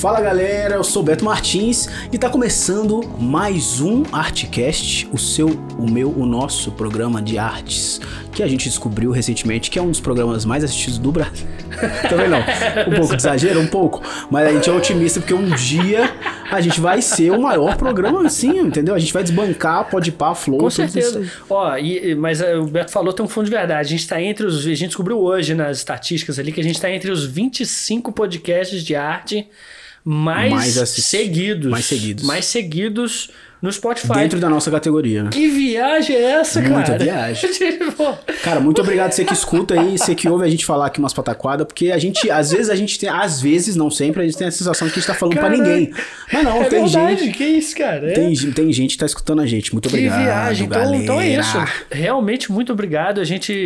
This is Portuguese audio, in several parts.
Fala galera, eu sou o Beto Martins e tá começando mais um Artcast, o nosso programa de artes, que a gente descobriu recentemente que é um dos programas mais assistidos do Brasil. Também não, um pouco de exagero, um pouco, mas a gente é otimista porque um dia a gente vai ser o maior programa assim, entendeu? A gente vai desbancar, Podpah, Flow, com certeza. Mas o Beto falou, tem um fundo de verdade, a gente tá entre a gente descobriu hoje nas estatísticas ali que a gente tá entre os 25 podcasts de arte mais seguidos no Spotify. Dentro da nossa categoria, né? Que viagem é essa, cara? Muita viagem. Cara, muito obrigado você que escuta aí, você que ouve a gente falar aqui umas pataquadas, porque às vezes, não sempre, a gente tem a sensação que a gente tá falando pra ninguém. Mas não, tem verdade, gente. Que isso, cara? Tem gente que tá escutando a gente. Muito obrigado. Que viagem. Então é isso. Galera. Realmente, muito obrigado.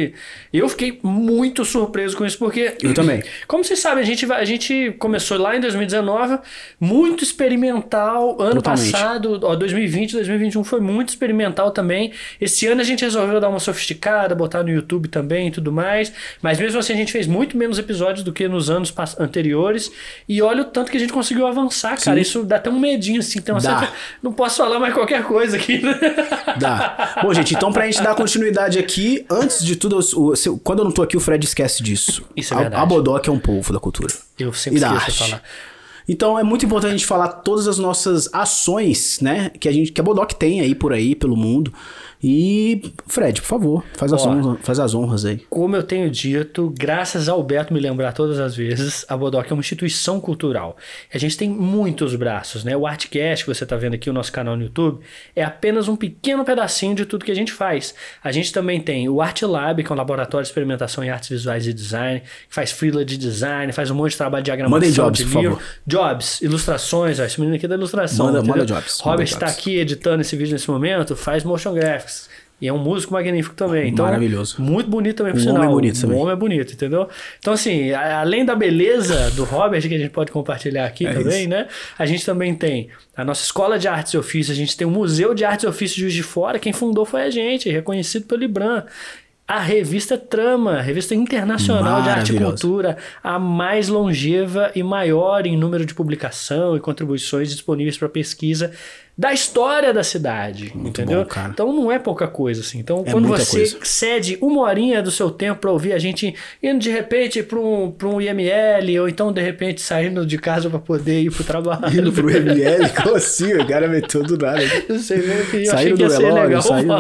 Eu fiquei muito surpreso com isso, porque... Eu também. Como vocês sabem, a gente começou lá em 2019, muito experimental. Ano passado, 2020, 2021 foi muito experimental também. Esse ano a gente resolveu dar uma sofisticada, botar no YouTube também e tudo mais. Mas mesmo assim a gente fez muito menos episódios do que nos anos anteriores. E olha o tanto que a gente conseguiu avançar, cara. Sim. Isso dá até um medinho, assim. Tem uma certa... Não posso falar mais qualquer coisa aqui, né? Dá. Bom, gente, então pra gente dar continuidade aqui, antes de tudo, quando eu não tô aqui, o Fred esquece disso. Isso é verdade. A Bodoc é um povo da cultura. Eu sempre esqueço de falar. Então é muito importante a gente falar todas as nossas ações, né, que a Bodoc tem aí por aí, pelo mundo. E, Fred, por favor, faz as honras aí. Como eu tenho dito, graças ao Beto me lembrar todas as vezes, a Bodoc é uma instituição cultural. A gente tem muitos braços, né? O Artcast, que você está vendo aqui, o nosso canal no YouTube, é apenas um pequeno pedacinho de tudo que a gente faz. A gente também tem o Art Lab, que é um laboratório de experimentação em artes visuais e design, que faz freela de design, faz um monte de trabalho de diagramação. Mandem jobs, de por livro. favor. Jobs, ilustrações, esse menino aqui é da ilustração. Manda jobs. Robert está aqui editando esse vídeo nesse momento, faz motion graphics. E é um músico magnífico também. Então, maravilhoso. Muito bonito também, por sinal. Homem é bonito também. O homem é bonito, entendeu? Então, assim, além da beleza do Robert, que a gente pode compartilhar aqui também, isso. Né? A gente também tem a nossa Escola de Artes e Ofícios, a gente tem o Museu de Artes e Ofícios de Juiz de Fora, quem fundou foi a gente, reconhecido pelo IBRAM. A revista Trama, revista internacional de arte e cultura, a mais longeva e maior em número de publicação e contribuições disponíveis para pesquisa da história da cidade, muito entendeu? Bom, cara. Então não é pouca coisa, assim. Então quando você cede uma horinha do seu tempo para ouvir a gente indo de repente para um IML, ou então de repente saindo de casa para poder ir pro trabalho. Indo pro IML? Como assim? O cara meteu do nada. Não sei, eu achei que ia ser legal.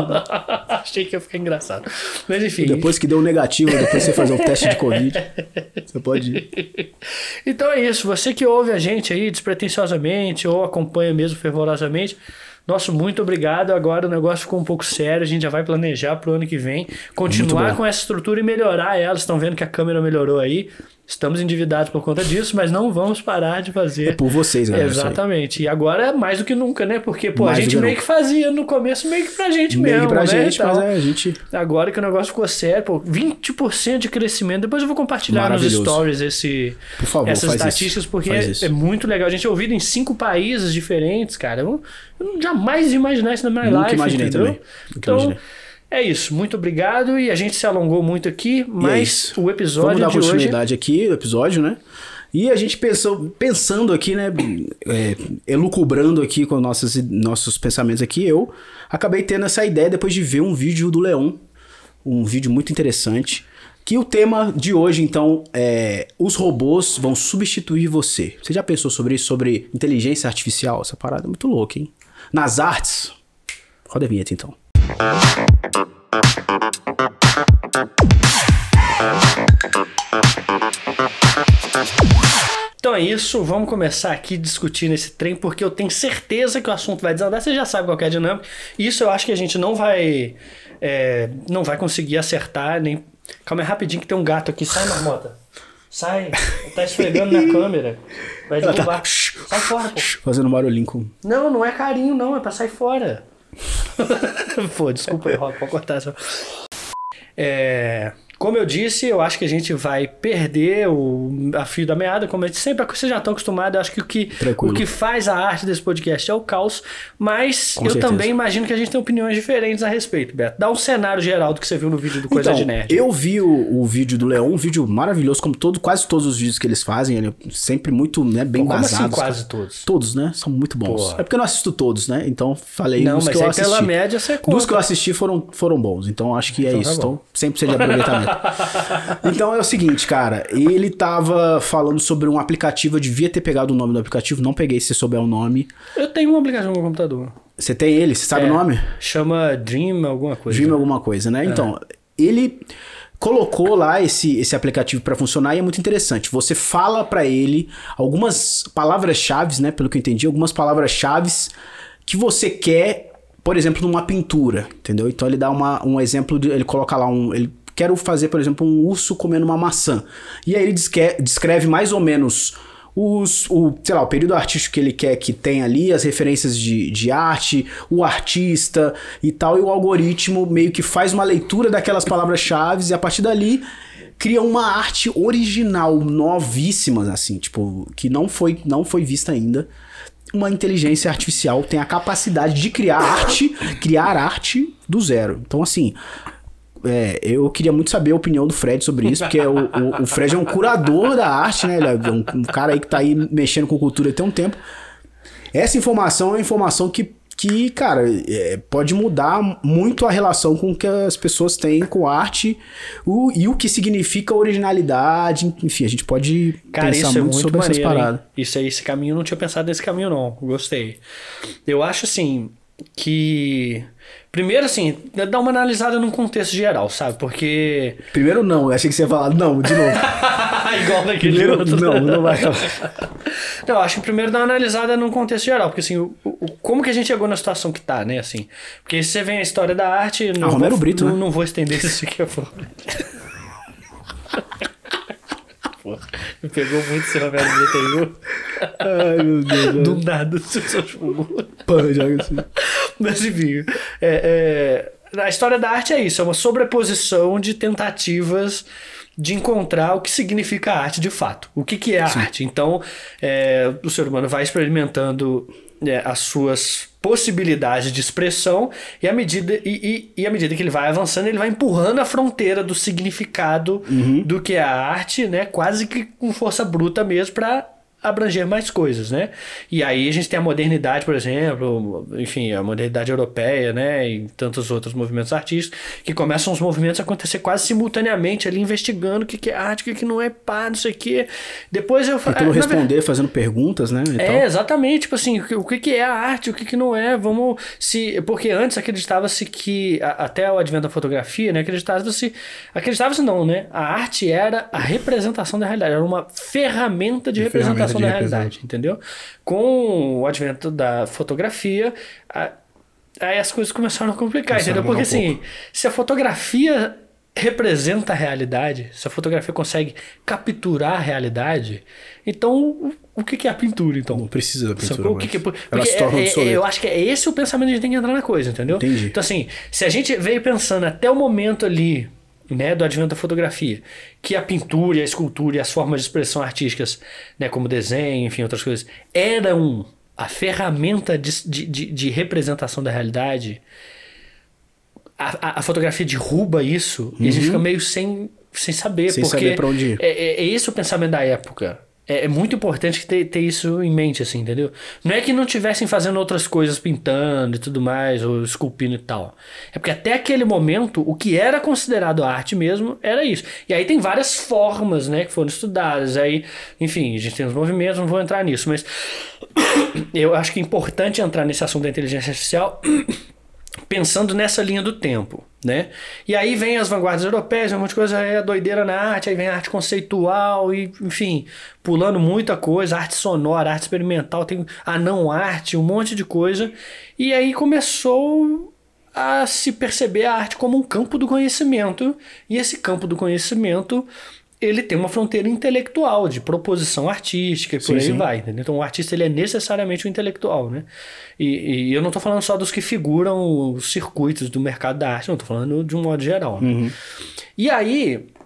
Achei que ia ficar engraçado. Mas enfim. Depois que deu negativo, depois você fazer um teste de Covid, você pode ir. Então é isso. Você que ouve a gente aí despretensiosamente ou acompanha mesmo fervorosamente, nosso muito obrigado. Agora o negócio ficou um pouco sério, a gente já vai planejar pro ano que vem, continuar com essa estrutura e melhorar ela. Estão vendo que a câmera melhorou aí. Estamos endividados por conta disso, mas não vamos parar de fazer. É por vocês, galera. Exatamente. E agora é mais do que nunca, né? Porque, a gente meio que fazia no começo, meio que pra gente mesmo, meio que pra né? gente, mas a gente... Agora que o negócio ficou sério, 20% de crescimento. Depois eu vou compartilhar nos stories por favor, essas estatísticas, porque é muito legal. A gente é ouvido em 5 países diferentes, cara. Eu jamais ia imaginar isso na minha live. Nunca imaginei também. Então... É isso, muito obrigado. E a gente se alongou muito aqui, mas o episódio de hoje... Vamos dar continuidade aqui, o episódio, né? E a gente pensando aqui, né? Elucubrando aqui com nossos pensamentos aqui, eu acabei tendo essa ideia depois de ver um vídeo do Leon, um vídeo muito interessante, que o tema de hoje, então, é: os robôs vão substituir você. Você já pensou sobre isso? Sobre inteligência artificial? Essa parada é muito louca, hein? Nas artes... Roda a vinheta, então. Então é isso, vamos começar aqui discutindo esse trem, porque eu tenho certeza que o assunto vai desandar. Você já sabe qual que é a dinâmica. Isso eu acho que a gente não vai conseguir acertar. Nem... Calma aí rapidinho que tem um gato aqui. Sai, marmota. Sai. Tá esfregando na câmera. Vai derrubar. Sai fora, pô. Fazendo barulhinho com... Não é carinho não, é pra sair fora. Pô, desculpa aí, Rob, pode cortar só. Como eu disse, eu acho que a gente vai perder a fio da meada, como a gente sempre, vocês já estão acostumados, eu acho que o que faz a arte desse podcast é o caos, mas eu também imagino que a gente tem opiniões diferentes a respeito, Beto. Dá um cenário geral do que você viu no vídeo do Coisa de Nerd. Eu vi o vídeo do Leon, um vídeo maravilhoso, como quase todos os vídeos que eles fazem, ele é sempre muito, né, bem basados. Assim, quase todos? Todos, né? São muito bons. É porque eu não assisto todos, né? Então falei os que eu assisti. Pela média você conta. Dos que eu assisti foram bons, então acho que é isso. Então 100% de aproveitamento. Então é o seguinte, cara, ele tava falando sobre um aplicativo, eu devia ter pegado o nome do aplicativo, não peguei, se souber o nome. Eu tenho um aplicativo no computador. Você tem ele? Você sabe o nome? Chama Dream alguma coisa. Dream alguma coisa, né? Então, ele colocou lá esse aplicativo para funcionar e é muito interessante. Você fala para ele algumas palavras-chave, né? Pelo que eu entendi, algumas palavras-chave que você quer, por exemplo, numa pintura, entendeu? Então ele dá um exemplo, ele coloca lá quero fazer, por exemplo, um urso comendo uma maçã. E aí ele descreve mais ou menos sei lá, o período artístico que ele quer que tenha ali, as referências de arte, o artista e tal, e o algoritmo meio que faz uma leitura daquelas palavras-chave e a partir dali cria uma arte original, novíssima, assim, tipo, que não foi vista ainda. Uma inteligência artificial tem a capacidade de criar arte do zero. Então, assim, eu queria muito saber a opinião do Fred sobre isso, porque o Fred é um curador da arte, né? Ele é um cara aí que tá aí mexendo com cultura tem um tempo. Essa informação é uma informação que cara, pode mudar muito a relação com que as pessoas têm com a arte e o que significa originalidade. Enfim, a gente pode pensar muito sobre essas paradas. Esse caminho, eu não tinha pensado nesse caminho, não. Gostei. Eu acho, assim, que... Primeiro, assim, dá uma analisada num contexto geral, sabe? Porque... Primeiro não, eu achei que você ia falar não, de novo. Igual daquele outro. Não vai. Não, acho que primeiro dá uma analisada num contexto geral, porque assim, como que a gente chegou na situação que tá, né, assim? Porque se você vem a história da arte... Romero Brito, né? Não vou estender isso aqui, pô. Me pegou muito esse Romero Brito aí, viu? Ai, meu Deus. Do nada, só jogou. Pô, joga assim. Mas enfim, a história da arte é isso, é uma sobreposição de tentativas de encontrar o que significa a arte de fato. O que é a arte? Então, o ser humano vai experimentando as suas possibilidades de expressão e à medida que ele vai avançando, ele vai empurrando a fronteira do significado do que é a arte, né? Quase que com força bruta mesmo para abranger mais coisas, né? E aí a gente tem a modernidade, por exemplo, enfim, a modernidade europeia, né? E tantos outros movimentos artísticos, que começam os movimentos a acontecer quase simultaneamente ali, investigando o que é arte, o que não é pá, não sei o quê. Depois eu tentando responder, fazendo perguntas, né? Exatamente, tipo assim, o que é a arte, o que não é, porque antes acreditava-se que, até o advento da fotografia, né? Acreditava-se não, né? A arte era a representação da realidade, era uma ferramenta de representação da realidade, entendeu? Com o advento da fotografia, aí as coisas começaram a complicar, entendeu? Porque assim, se a fotografia representa a realidade, se a fotografia consegue capturar a realidade, então o que é a pintura, então? Não precisa da pintura. Ela se torna obsoleta. Eu acho que é esse o pensamento que a gente tem que entrar na coisa, entendeu? Entendi. Então assim, se a gente veio pensando até o momento ali, né, do advento da fotografia, que a pintura, a escultura e as formas de expressão artísticas, né, como desenho, enfim, outras coisas, eram a ferramenta de representação da realidade, a fotografia derruba isso e a gente fica meio sem saber, sem porque saber pra onde ir. É esse o pensamento da época. É muito importante ter isso em mente, assim, entendeu? Não é que não estivessem fazendo outras coisas, pintando e tudo mais, ou esculpindo e tal. É porque até aquele momento, o que era considerado arte mesmo era isso. E aí tem várias formas, né, que foram estudadas. Aí, enfim, a gente tem os movimentos, não vou entrar nisso, mas eu acho que é importante entrar nesse assunto da inteligência artificial pensando nessa linha do tempo, né? E aí vem as vanguardas europeias, um monte de coisa, doideira na arte, aí vem a arte conceitual e, enfim, pulando muita coisa, arte sonora, arte experimental, tem a não arte, um monte de coisa. E aí começou a se perceber a arte como um campo do conhecimento, e esse campo do conhecimento ele tem uma fronteira intelectual, de proposição artística e por aí vai, entendeu? Então o artista ele é necessariamente um intelectual, né? E eu não estou falando só dos que figuram os circuitos do mercado da arte, não, estou falando de um modo geral. Né? E aí,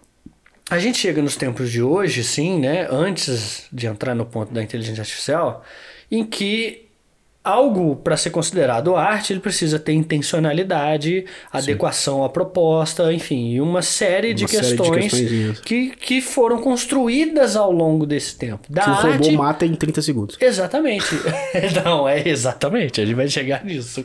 a gente chega nos tempos de hoje, sim, né? Antes de entrar no ponto da inteligência artificial, em que algo para ser considerado arte, ele precisa ter intencionalidade, adequação à proposta, enfim, e uma série de questões que foram construídas ao longo desse tempo. Que o robô mata em 30 segundos. Exatamente. Não, exatamente, a gente vai chegar nisso.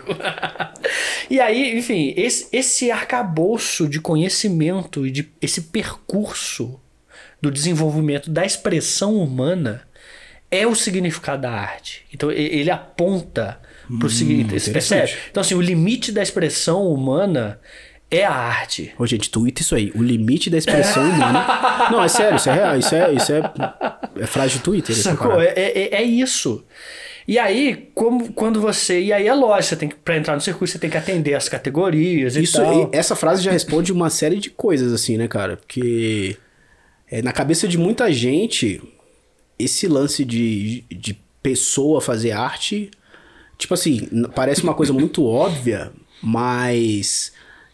E aí, enfim, esse arcabouço de conhecimento e esse percurso do desenvolvimento da expressão humana é o significado da arte. Então ele aponta para o seguinte, você percebe? Então assim, o limite da expressão humana é a arte. Ô, gente, tuita isso aí. O limite da expressão humana... Não, é sério, isso é real. Isso é frase de Twitter. Sacou? É isso. E aí, quando você... E aí é lógico, para entrar no circuito, você tem que atender as categorias e tal. Essa frase já responde uma série de coisas, assim, né, cara? Porque na cabeça de muita gente... Esse lance de pessoa fazer arte, tipo assim, parece uma coisa muito óbvia, mas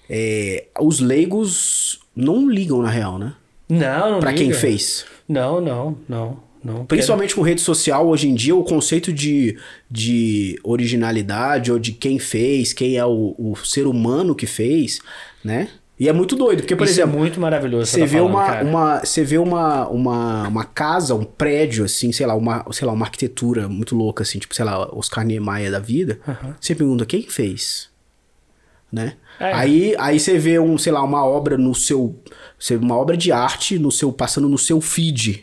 os leigos não ligam na real, né? Não pra liga. Quem fez. Não. Principalmente com rede social, hoje em dia, o conceito de originalidade ou de quem fez, quem é o ser humano que fez, né? E é muito doido, porque, por exemplo... é muito maravilhoso. Você vê você vê uma casa, um prédio, assim, sei lá, uma arquitetura muito louca, assim, tipo, sei lá, Oscar Niemeyer da vida. Você pergunta, quem fez? Né? Aí você vê sei lá, uma obra uma obra de arte passando no seu feed.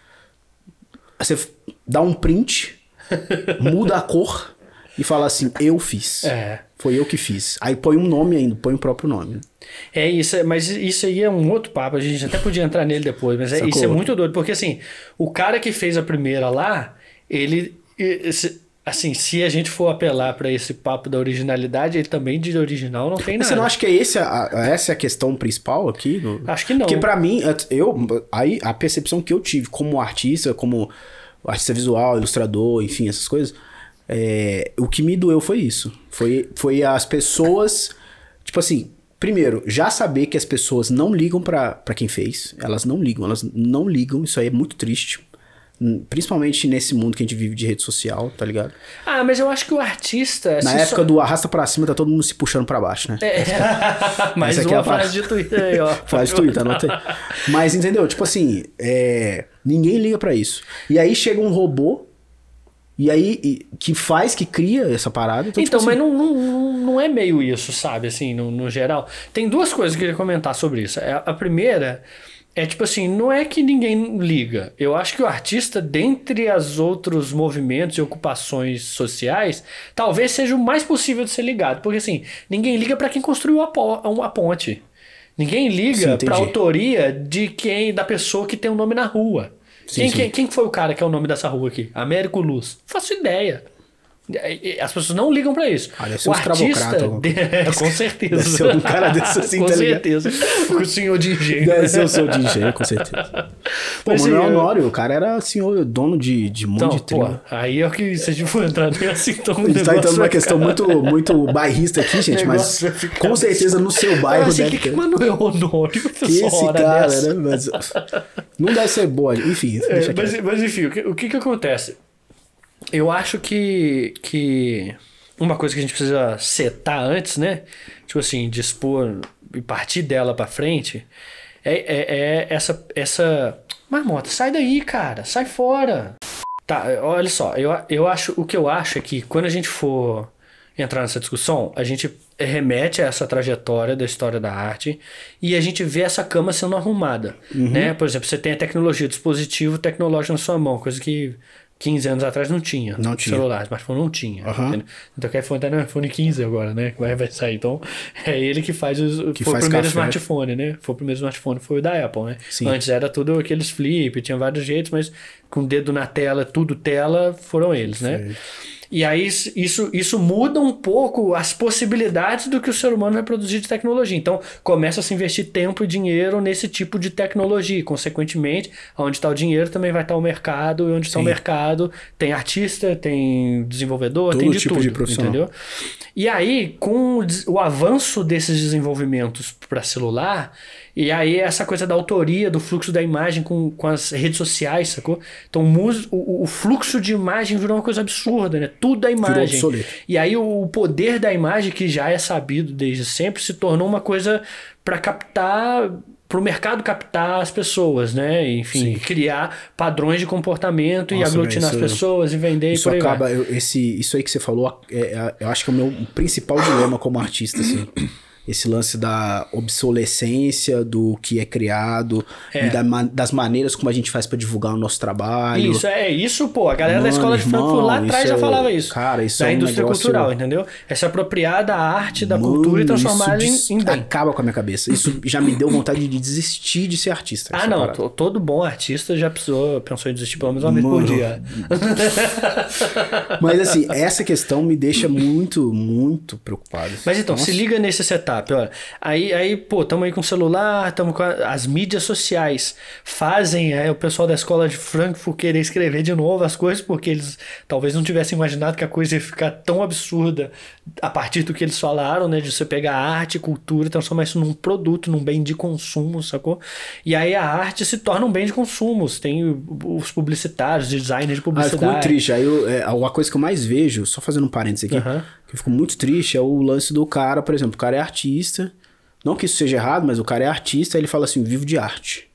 Você dá um print, muda a cor e fala assim, eu fiz. Foi eu que fiz. Aí põe um nome ainda, põe o próprio nome. Mas isso aí é um outro papo, a gente até podia entrar nele depois, mas isso é muito doido, porque assim, o cara que fez a primeira lá, ele, assim, se a gente for apelar para esse papo da originalidade, ele também de original não tem nada. Você não acha que essa é a questão principal aqui? Acho que não. Porque pra mim, aí a percepção que eu tive como artista visual, ilustrador, enfim, essas coisas, o que me doeu foi isso. Foi as pessoas, tipo assim, primeiro, já saber que as pessoas não ligam pra quem fez. Elas não ligam, isso aí é muito triste. Principalmente nesse mundo que a gente vive de rede social, tá ligado? Mas eu acho que o artista... Na época do arrasta pra cima, tá todo mundo se puxando pra baixo, né? Mais uma frase de Twitter aí, ó. Frase de Twitter, anota aí. Mas, entendeu? Tipo assim, ninguém liga pra isso. E aí chega um robô, e aí que cria essa parada. Então tipo assim, mas não é meio isso, sabe? Assim, no geral. Tem duas coisas que eu queria comentar sobre isso. A primeira... tipo assim, não é que ninguém liga. Eu acho que o artista, dentre os outros movimentos e ocupações sociais, talvez seja o mais possível de ser ligado. Porque assim, ninguém liga para quem construiu a ponte. Ninguém liga para a autoria da pessoa que tem o nome na rua. Quem foi o cara que é o nome dessa rua aqui? Américo Luz. Faço ideia. As pessoas não ligam pra isso. Deve ser um escravocrata. Com certeza. Deve ser um cara desse assim, com certeza. O senhor de engenho. Deve ser o senhor de engenho, com certeza. Pô, Manuel Honório, o cara era senhor, dono de monte de tribo. Aí é o que se a gente for entrar nesse, então a gente tá entrando numa questão muito bairrista aqui, gente, mas com certeza no seu bairro deve ter. Manuel Honório, esse cara, né? Mas não deve ser boa. Enfim. Mas enfim, o que acontece? Eu acho que uma coisa que a gente precisa setar antes, né? Tipo assim, dispor e partir dela pra frente é essa... Marmota, sai daí, cara. Sai fora. Tá, olha só. O que eu acho é que quando a gente for entrar nessa discussão, a gente remete a essa trajetória da história da arte e a gente vê essa cama sendo arrumada, né? Por exemplo, você tem a tecnologia, dispositivo tecnológico na sua mão, coisa que 15 anos atrás não tinha. Celular, smartphone não tinha. Então o iPhone tá no iPhone 15 agora, né? Que vai sair. Então é ele que faz foi o primeiro smartphone, né? Foi o primeiro smartphone, foi o da Apple, né? Sim. Antes era tudo aqueles flip, tinha vários jeitos, mas com o dedo na tela, tudo tela, foram eles, né? E aí isso muda um pouco as possibilidades do que o ser humano vai produzir de tecnologia. Então começa a se investir tempo e dinheiro nesse tipo de tecnologia. Consequentemente, onde está o dinheiro também vai estar o mercado, e onde está o mercado tem artista, tem desenvolvedor, todo tem de tipo tudo, de profissional. entendeu? E aí, com o avanço desses desenvolvimentos para celular, e aí essa coisa da autoria, do fluxo da imagem com as redes sociais, sacou? Então o fluxo de imagem virou uma coisa absurda, né? Tudo é imagem. E aí o poder da imagem, que já é sabido desde sempre, se tornou uma coisa para captar, para o mercado captar as pessoas, né? Enfim, criar padrões de comportamento e aglutinar as pessoas e vender isso e por aí acaba, vai. Isso aí que você falou, eu acho que é o meu principal dilema como artista, assim. Esse lance da obsolescência do que é criado e das maneiras como a gente faz pra divulgar o nosso trabalho. Isso, pô. A galera da escola de Frankfurt lá atrás já falava isso. Cara, isso da é um indústria negócio, cultural, entendeu? É se apropriar da arte, da cultura e transformar em bem. Acaba com a minha cabeça. Isso já me deu vontade de desistir de ser artista. Todo bom artista já pensou em desistir pelo menos uma vez por dia. Mas assim, essa questão me deixa muito, muito preocupado. Mas então, se liga nesse setup. Olha, aí, pô, estamos aí com o celular, estamos com as mídias sociais. Fazem o pessoal da escola de Frankfurt querer escrever de novo as coisas, porque eles talvez não tivessem imaginado que a coisa ia ficar tão absurda a partir do que eles falaram, né? De você pegar arte, cultura e transformar isso num produto, num bem de consumo, sacou? E aí a arte se torna um bem de consumo. Você tem os publicitários, designers de publicidade. Eu fico muito triste. Aí uma coisa que eu mais vejo, só fazendo um parênteses aqui, que eu fico muito triste, é o lance do cara, por exemplo, o cara é artista, não que isso seja errado, mas o cara é artista, aí ele fala assim, vivo de arte.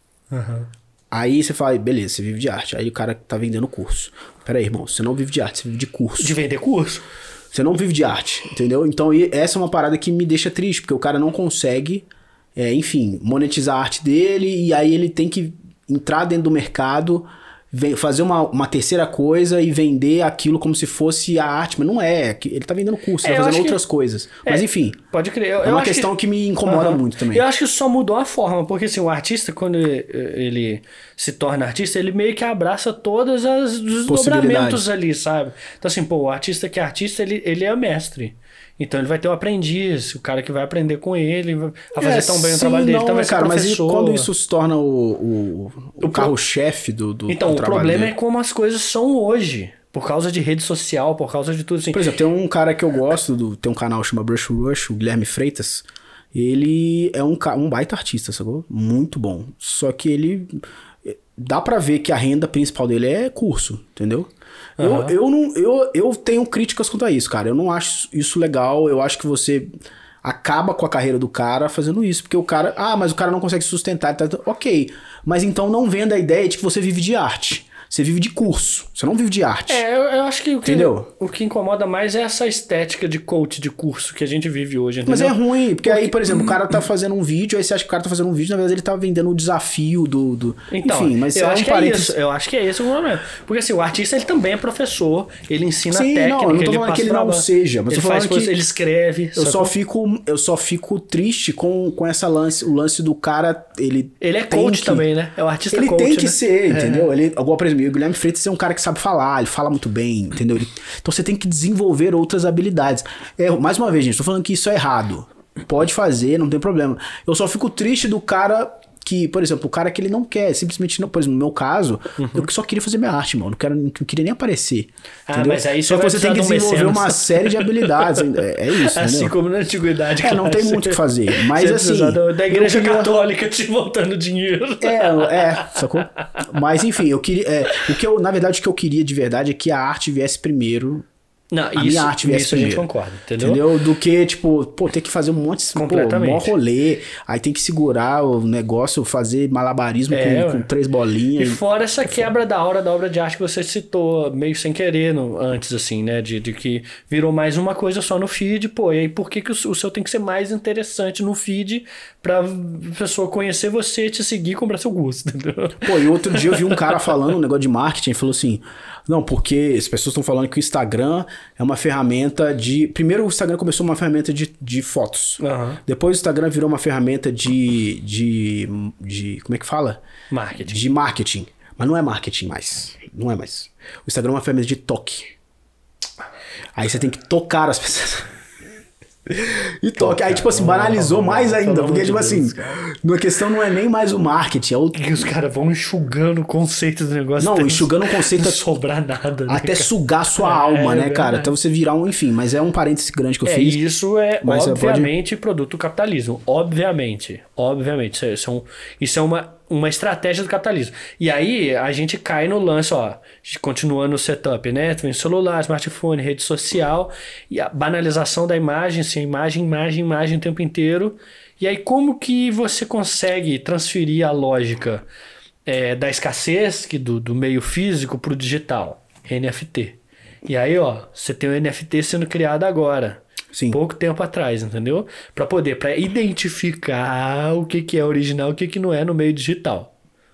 Aí você fala, beleza, você vive de arte. Aí o cara tá vendendo curso. Pera aí, irmão, você não vive de arte, você vive de curso. De vender curso? Você não vive de arte, entendeu? Então essa é uma parada que me deixa triste, porque o cara não consegue, enfim, monetizar a arte dele, e aí ele tem que entrar dentro do mercado, fazer uma terceira coisa e vender aquilo como se fosse a arte, mas não é. Ele tá vendendo curso, tá fazendo outras coisas. Mas enfim, pode crer. É uma questão que me incomoda muito também. Eu acho que isso só mudou a forma, porque assim, o artista, quando ele se torna artista, ele meio que abraça todos os desdobramentos ali, sabe? Então assim, pô, o artista que é artista, ele é mestre. Então ele vai ter um aprendiz, o cara que vai aprender com ele, vai fazer tão bem o trabalho dele. Então vai ser professor. Mas quando isso se torna o carro-chefe do então, do o problema dele? é como as coisas são hoje. Por causa de rede social, por causa de tudo assim. Por exemplo, tem um cara que eu gosto, tem um canal que chama Brush Rush, o Guilherme Freitas. Ele é um baita artista, sacou? Muito bom. Só que ele... Dá pra ver que a renda principal dele é curso, entendeu? Eu tenho críticas quanto a isso, cara. Eu não acho isso legal. Eu acho que você acaba com a carreira do cara fazendo isso. Porque o cara... mas o cara não consegue sustentar. Ok. Mas então não venda a ideia de que você vive de arte. Você vive de curso. Você não vive de arte. Eu acho que entendeu? O que incomoda mais é essa estética de coach de curso que a gente vive hoje, entendeu? Mas é ruim, porque aí, por exemplo, o cara tá fazendo um vídeo, aí você acha que o cara tá fazendo um vídeo, na verdade ele tá vendendo o desafio do... Então, enfim, mas eu acho que é isso. Eu acho que é esse o problema. Porque assim, o artista ele também é professor, ele ensina técnica, não, eu não tô falando que ele não seja, mas ele tô falando que ele escreve. Eu só fico triste com o lance do cara, ele é coach também, né? É o artista ele coach, tem que né? ser, entendeu? Ele, igual, por exemplo, o Guilherme Freitas é um cara que sabe falar, ele fala muito bem, entendeu? Então você tem que desenvolver outras habilidades. Mais uma vez, gente, tô falando que isso é errado. Pode fazer, não tem problema. Eu só fico triste do cara que, por exemplo, o cara que ele não quer, simplesmente não, por exemplo, no meu caso, eu só queria fazer minha arte, mano. Não queria nem aparecer. Entendeu? Mas aí só que você tem que desenvolver uma série de habilidades. É isso, assim entendeu? como na antiguidade. Não tem muito o que fazer. Mas assim. Da igreja católica te voltando dinheiro. Sacou? Mas enfim, eu queria. Na verdade, o que eu queria de verdade é que a arte viesse primeiro. Não, minha arte viesse primeiro. A gente concorda, entendeu? Do que, tipo, ter que fazer um monte de mó rolê, aí tem que segurar o negócio, fazer malabarismo com 3 bolinhas. E fora essa quebra da obra de arte que você citou, meio sem querer antes, assim, né? De que virou mais uma coisa só no feed, e aí por que o seu tem que ser mais interessante no feed pra pessoa conhecer você, te seguir e comprar seu gosto, entendeu? E outro dia eu vi um cara falando um negócio de marketing, falou assim, não, porque as pessoas estão falando que o Instagram é uma ferramenta de... Primeiro o Instagram começou uma ferramenta de fotos. Depois o Instagram virou uma ferramenta de como é que fala? Marketing. De marketing. Mas não é marketing mais. Não é mais. O Instagram é uma ferramenta de toque. Aí você tem que tocar as pessoas. E toque. Aí, tipo assim, banalizou mais ainda. Porque, tipo assim, a questão não é nem mais o marketing. É o... que os caras vão enxugando o conceito do negócio. Não, enxugando o conceito. Não sobrar nada. Né, até sugar sua alma, né, cara? Até você virar um, enfim. Mas é um parêntese grande que eu fiz. Isso é, obviamente, produto do capitalismo. Obviamente. Isso é uma estratégia do capitalismo. E aí, a gente cai no lance, ó, continuando o setup, né? Tem celular, smartphone, rede social, e a banalização da imagem, assim, imagem o tempo inteiro. E aí, como que você consegue transferir a lógica da escassez do meio físico para o digital? NFT. E aí, ó, você tem o NFT sendo criado agora. Sim. Pouco tempo atrás, entendeu? Para identificar o que é original e o que não é no meio digital.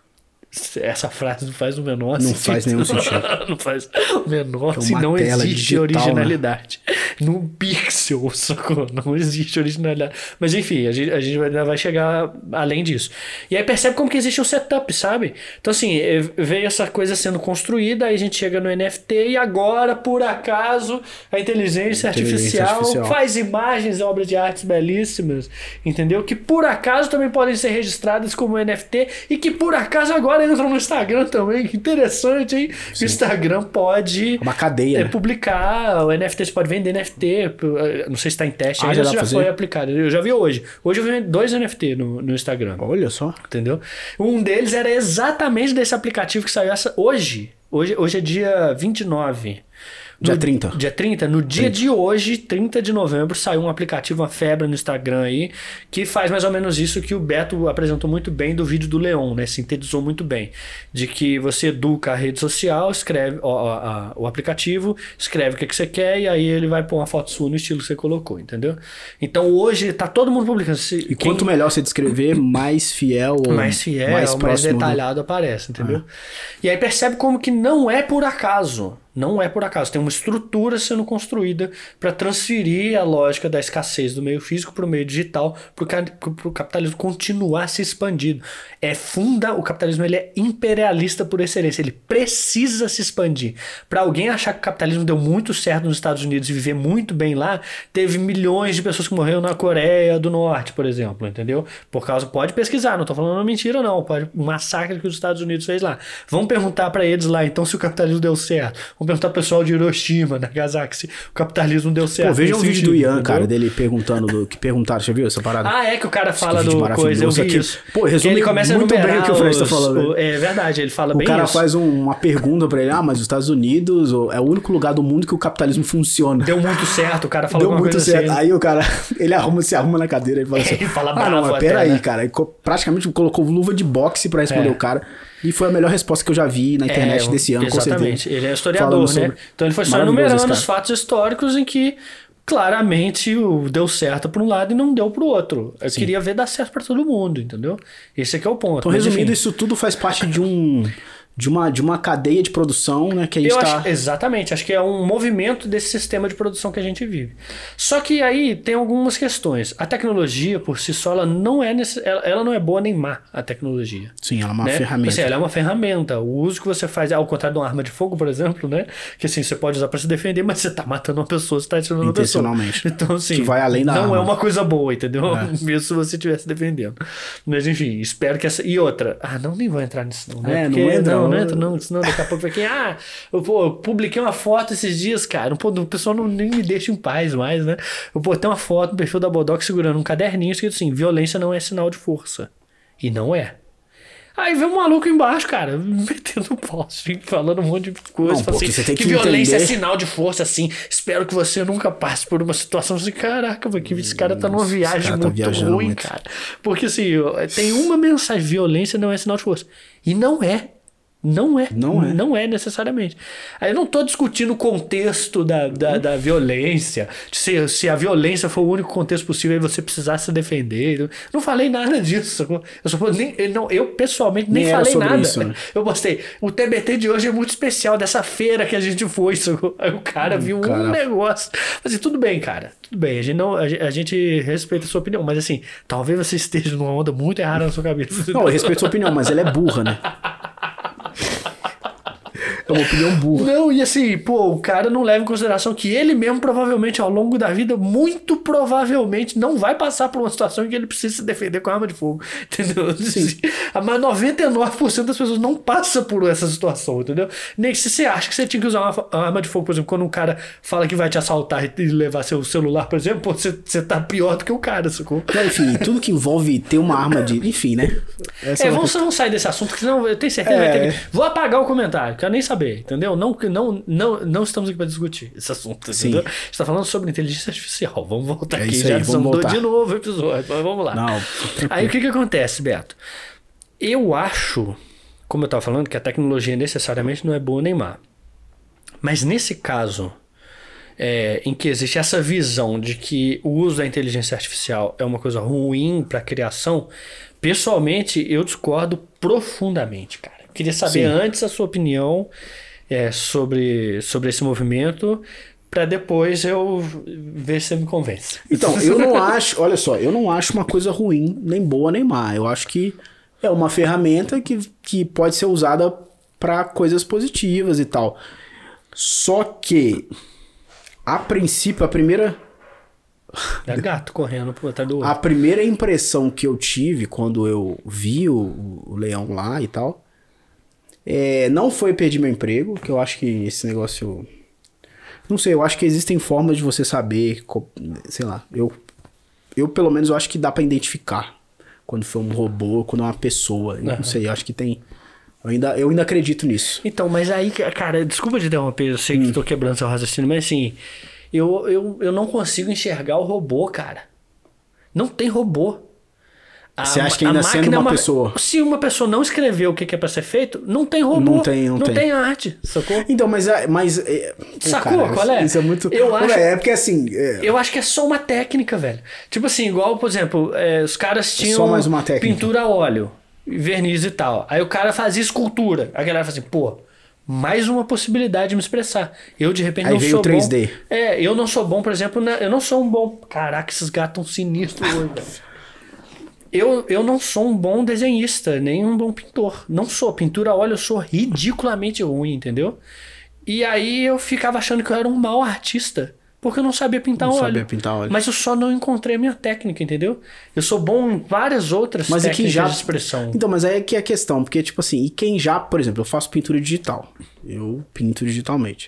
Essa frase não faz o menor sentido. Não faz nenhum sentido. Não faz o menor sentido. Não existe digital, originalidade. Né? Num pixel, socorro. Não existe originalidade. Mas enfim, a gente ainda vai chegar além disso. E aí percebe como que existe um setup, sabe? Então assim, veio essa coisa sendo construída, aí a gente chega no NFT e agora, por acaso, a inteligência artificial faz imagens, obras de artes belíssimas, entendeu? Que por acaso também podem ser registradas como NFT e que por acaso agora entram no Instagram também. Que interessante, hein? Sim. O Instagram pode... uma cadeia, né? Publicar o NFT, você pode vender NFT. Não sei se está em teste ainda, já foi aplicado. Eu já vi hoje. Hoje eu vi 2 NFT no Instagram. Olha só. Entendeu? Um deles era exatamente desse aplicativo que saiu hoje. Hoje é dia 29. Dia 30. Dia 30? No dia 30. De hoje, 30 de novembro, saiu um aplicativo, uma febre no Instagram aí, que faz mais ou menos isso que o Beto apresentou muito bem do vídeo do Leon, né? Sintetizou muito bem. De que você educa a rede social, escreve o aplicativo, escreve o que você quer e aí ele vai pôr uma foto sua no estilo que você colocou, entendeu? Então hoje tá todo mundo publicando. Quanto melhor você descrever, mais fiel, mais detalhado aparece, entendeu? E aí percebe como que não é por acaso. Não é por acaso, tem uma estrutura sendo construída para transferir a lógica da escassez do meio físico para o meio digital, para o capitalismo continuar se expandindo. O capitalismo ele é imperialista por excelência, ele precisa se expandir. Para alguém achar que o capitalismo deu muito certo nos Estados Unidos e viver muito bem lá, teve milhões de pessoas que morreram na Coreia do Norte, por exemplo, entendeu? Pode pesquisar, não estou falando mentira não, um massacre que os Estados Unidos fez lá. Vamos perguntar para eles lá, então, se o capitalismo deu certo. Vamos perguntar pro pessoal de Hiroshima, Nagasaki, se o capitalismo deu certo. Pô, veja um vídeo do Ian, cara, dele perguntando que perguntaram, você viu essa parada? É que o cara fala do coisa, eu vi isso. Pô, resume ele começa muito bem o que o Fred tá falando. É verdade, ele fala bem isso. O cara faz uma pergunta pra ele, mas os Estados Unidos é o único lugar do mundo que o capitalismo funciona. Deu muito certo, o cara falou alguma coisa certo. Assim. Aí o cara, ele se arruma na cadeira e fala assim, ele fala bravo mas peraí, cara, praticamente colocou luva de boxe pra responder o cara. E foi a melhor resposta que eu já vi na internet desse ano, exatamente. Com certeza. Ele é historiador, né? Então ele foi só enumerando os fatos históricos em que claramente deu certo para um lado e não deu para o outro. Eu queria ver dar certo para todo mundo, entendeu? Esse aqui é o ponto. Então, resumindo, isso tudo faz parte de uma cadeia de produção, né, que a gente exatamente, acho que é um movimento desse sistema de produção que a gente vive. Só que aí tem algumas questões. A tecnologia, por si só, ela não é boa nem má, a tecnologia. Sim, ela é uma ferramenta. Assim, ela é uma ferramenta. O uso que você faz, ao contrário de uma arma de fogo, por exemplo, né, que assim, você pode usar para se defender, mas você tá matando uma pessoa, você tá atirando uma pessoa. Intencionalmente. Então, assim, que vai além da não arma. É uma coisa boa, entendeu? Mesmo se você estivesse defendendo. Mas, enfim, espero que essa... E outra, nem vou entrar nisso não, né? Porque, não entra, não, senão daqui a pouco vai quem, eu publiquei uma foto esses dias, cara, o pessoal nem me deixa em paz mais, né? Eu botei uma foto no perfil da Bodoc segurando um caderninho escrito assim, violência não é sinal de força. E não é. Aí veio um maluco embaixo, cara, metendo pau, assim, falando um monte de coisa. Não, assim, que violência é sinal de força, assim. Espero que você nunca passe por uma situação assim. Caraca, esse cara tá numa viagem muito ruim, cara. Porque assim, tem uma mensagem: violência não é sinal de força. E não é. Não é necessariamente. Aí eu não tô discutindo o contexto da violência, se a violência for o único contexto possível e você precisar se defender. Não falei nada disso. Eu pessoalmente nem falei nada. Isso, né? Eu postei, o TBT de hoje é muito especial, dessa feira que a gente foi. Aí o cara viu um negócio. Mas assim, tudo bem, cara. Tudo bem, a gente respeita a sua opinião, mas assim, talvez você esteja numa onda muito errada na sua cabeça. Não, eu respeito a sua opinião, mas ela é burra, né? uma opinião burra. Não, e assim, pô, o cara não leva em consideração que ele mesmo, provavelmente, ao longo da vida, muito provavelmente, não vai passar por uma situação em que ele precisa se defender com arma de fogo. Entendeu? Sim. Mas 99% das pessoas não passa por essa situação, entendeu? Nem se você acha que você tinha que usar uma arma de fogo, por exemplo, quando um cara fala que vai te assaltar e levar seu celular, por exemplo, pô, você tá pior do que o cara, sacou? Não, enfim, tudo que envolve ter uma arma de... Enfim, né? Vamos sair desse assunto, que senão eu tenho certeza que vai ter que... Vou apagar o comentário, quero nem saber, entendeu? Não estamos aqui para discutir esse assunto, entendeu? A gente tá falando sobre inteligência artificial. Vamos voltar aqui. Isso aí, já vamos voltar de novo o episódio, mas vamos lá. Não, aí o que acontece, Beto? Eu acho, como eu tava falando, que a tecnologia necessariamente não é boa nem má. Mas nesse caso, em que existe essa visão de que o uso da inteligência artificial é uma coisa ruim para a criação, pessoalmente eu discordo profundamente, cara. Eu queria saber antes a sua opinião sobre esse movimento, para depois eu ver se você me convence. Então, eu não acho, olha só, eu não acho uma coisa ruim, nem boa nem má. Eu acho que é uma ferramenta que pode ser usada para coisas positivas e tal. Só que, a princípio, a primeira... É gato correndo pro outro do outro. A primeira impressão que eu tive quando eu vi o leão lá e tal, não foi perder meu emprego, que eu acho que esse negócio... Não sei, eu acho que existem formas de você saber, sei lá, eu pelo menos eu acho que dá pra identificar quando foi um robô, quando é uma pessoa, não sei, eu acho que tem... Eu ainda acredito nisso. Então, mas aí, cara, desculpa te interromper, eu sei que tô quebrando seu raciocínio, mas assim, eu não consigo enxergar o robô, cara. Não tem robô. Você acha que ainda sendo uma pessoa... Se uma pessoa não escreveu o que é pra ser feito, não tem robô. Não tem arte, sacou? Então, mas sacou, cara, qual é? Isso é muito... porque assim... Eu acho que é só uma técnica, velho. Tipo assim, igual, por exemplo, os caras tinham só mais uma técnica. Pintura a óleo, verniz e tal. Aí o cara fazia escultura. Aí a galera fala assim, pô, mais uma possibilidade de me expressar. Eu, de repente, aí não veio sou o 3D. bom. Eu não sou bom, por exemplo, eu não sou um bom... Caraca, esses gatos tão sinistros hoje, velho. Eu não sou um bom desenhista, nem um bom pintor. Não sou. Pintura a óleo eu sou ridiculamente ruim, entendeu? E aí eu ficava achando que eu era um mau artista, porque eu não sabia pintar óleo. Mas eu só não encontrei a minha técnica, entendeu? Eu sou bom em várias outras técnicas de expressão. Então, mas aí é que é a questão, porque tipo assim, e quem já, por exemplo, eu faço pintura digital. Eu pinto digitalmente.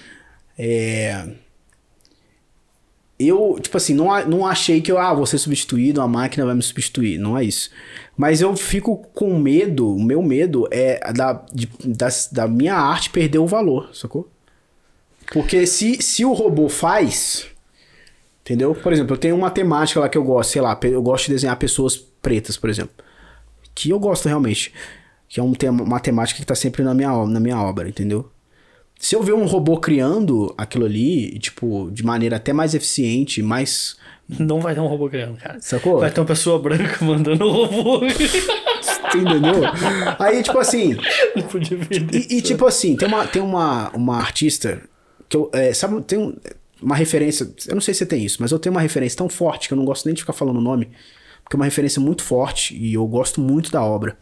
Eu, tipo assim, não achei que vou ser substituído, a máquina vai me substituir. Não é isso. Mas eu fico com medo, o meu medo é da minha arte perder o valor, sacou? Porque se o robô faz, entendeu? Por exemplo, eu tenho uma temática lá que eu gosto, sei lá, eu gosto de desenhar pessoas pretas, por exemplo. Que eu gosto realmente. Que é uma temática que tá sempre na minha obra, entendeu? Se eu ver um robô criando aquilo ali, tipo, de maneira até mais eficiente, mais... Não vai ter um robô criando, cara. Sacou? Vai ter uma pessoa branca mandando um robô. Entendeu? Aí, tipo assim... Não podia ver e tipo assim, tem uma artista que eu... sabe, tem uma referência... Eu não sei se você tem isso, mas eu tenho uma referência tão forte que eu não gosto nem de ficar falando o nome, porque é uma referência muito forte e eu gosto muito da obra.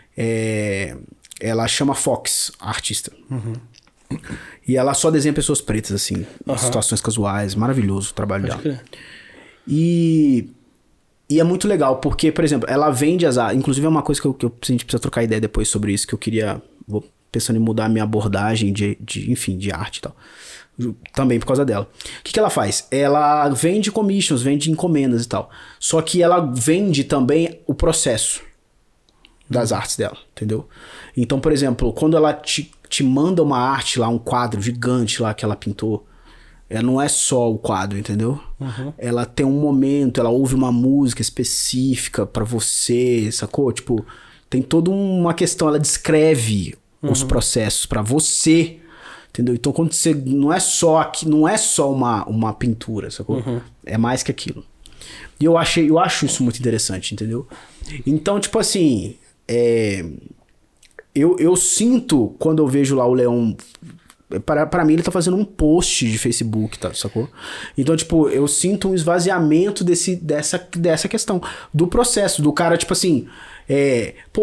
Ela chama Fox, a artista. Uhum. E ela só desenha pessoas pretas, assim, em situações casuais. Maravilhoso o trabalho dela. E é muito legal, porque, por exemplo, ela vende as artes. Inclusive é uma coisa que a gente precisa trocar ideia depois sobre isso, que eu queria... Vou pensando em mudar a minha abordagem enfim, de arte e tal. Também por causa dela. O que ela faz? Ela vende commissions, vende encomendas e tal. Só que ela vende também o processo das artes dela, entendeu? Então, por exemplo, quando ela te manda uma arte lá, um quadro gigante lá que ela pintou, não é só o quadro, entendeu? Uhum. Ela tem um momento, ela ouve uma música específica pra você, sacou? Tipo, tem toda uma questão, ela descreve os processos pra você, entendeu? Então, quando você... Não é só uma pintura, sacou? Uhum. É mais que aquilo. E eu acho isso muito interessante, entendeu? Então, tipo assim... Eu sinto, quando eu vejo lá o leão... Pra mim, ele tá fazendo um post de Facebook, tá, sacou? Então, tipo, eu sinto um esvaziamento dessa questão. Do processo, do cara, tipo assim...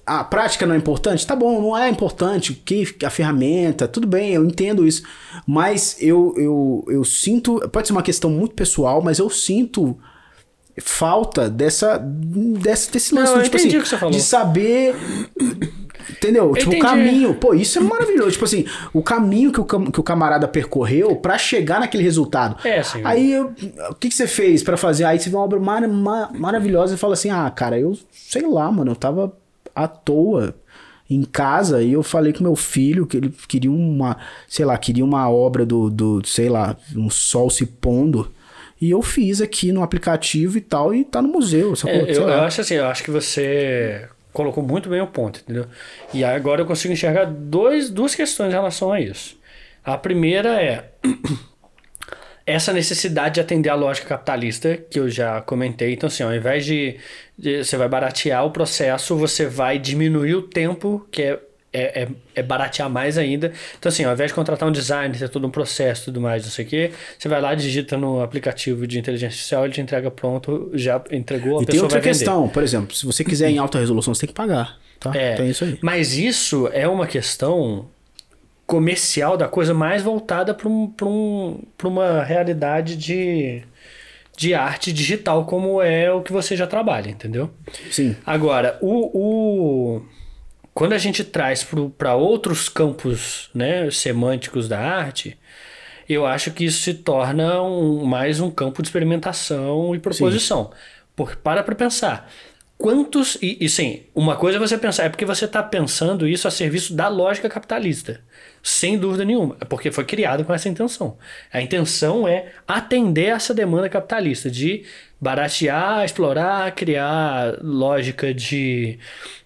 a prática não é importante? Tá bom, não é importante, a ferramenta, tudo bem, eu entendo isso. Mas eu sinto, pode ser uma questão muito pessoal, mas eu sinto falta desse lance, tipo assim, o que você falou. de saber, entendeu? Tipo, o caminho, pô, isso é maravilhoso. Tipo assim, o caminho que o camarada percorreu pra chegar naquele resultado. Sim. Aí, o que você fez pra fazer? Aí você vê uma obra maravilhosa e fala assim, cara, eu sei lá, mano, eu tava à toa em casa e eu falei com meu filho que ele queria uma obra sei lá, um sol se pondo. E eu fiz aqui no aplicativo e tal, e tá no museu. Eu acho assim, eu acho que você colocou muito bem o ponto, entendeu? E agora eu consigo enxergar duas questões em relação a isso. A primeira é essa necessidade de atender a lógica capitalista, que eu já comentei. Então, assim, ao invés de você vai baratear o processo, você vai diminuir o tempo, que é baratear mais ainda. Então, assim, ao invés de contratar um designer, ter todo um processo e tudo mais, não sei o quê, você vai lá, digita no aplicativo de inteligência artificial, ele te entrega pronto, já entregou, a pessoa vai vender. E tem outra questão, por exemplo, se você quiser em alta resolução, você tem que pagar, tá? Tem isso aí. Mas isso é uma questão comercial da coisa mais voltada para uma realidade de arte digital, como é o que você já trabalha, entendeu? Sim. Agora, quando a gente traz para outros campos, né, semânticos da arte, eu acho que isso se torna mais um campo de experimentação e proposição. Sim. Porque para pensar, quantos... E sim, uma coisa é você pensar, é porque você está pensando isso a serviço da lógica capitalista. Sem dúvida nenhuma, porque foi criado com essa intenção. A intenção é atender essa demanda capitalista de baratear, explorar, criar lógica de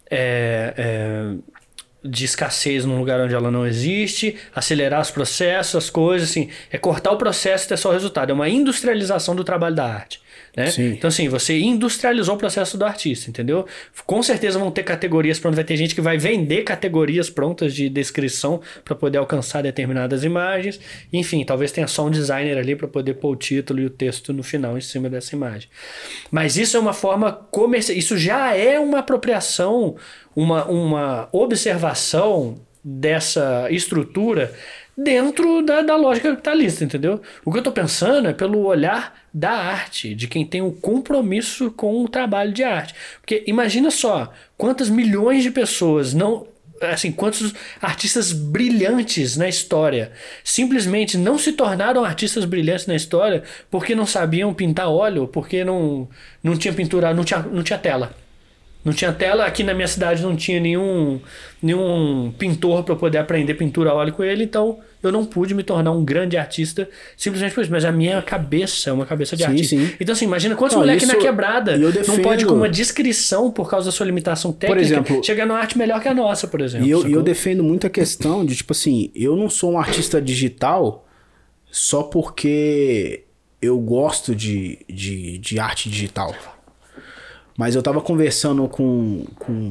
escassez num lugar onde ela não existe, acelerar os processos, as coisas, assim, é cortar o processo e ter só o resultado. É uma industrialização do trabalho da arte. Né? Então, assim, você industrializou o processo do artista, entendeu? Com certeza vão ter categorias prontas, vai ter gente que vai vender categorias prontas de descrição para poder alcançar determinadas imagens. Enfim, talvez tenha só um designer ali para poder pôr o título e o texto no final em cima dessa imagem. Mas isso é uma forma comercial, isso já é uma apropriação, uma observação dessa estrutura dentro da lógica capitalista, entendeu? O que eu tô pensando é pelo olhar da arte, de quem tem um compromisso com o trabalho de arte. Porque imagina só, quantas milhões de pessoas quantos artistas brilhantes na história simplesmente não se tornaram artistas brilhantes na história porque não sabiam pintar óleo, porque não tinha pintura, não tinha tela. Não tinha tela, aqui na minha cidade não tinha nenhum pintor para eu poder aprender pintura a óleo com ele, então eu não pude me tornar um grande artista simplesmente por isso. Mas a minha cabeça é uma cabeça de artista. Sim. Então, assim, imagina quantos moleques na quebrada não pode, com uma descrição por causa da sua limitação técnica, por exemplo, chegar numa arte melhor que a nossa, por exemplo. E eu defendo muito a questão de, tipo assim, eu não sou um artista digital só porque eu gosto de arte digital. Mas eu tava conversando com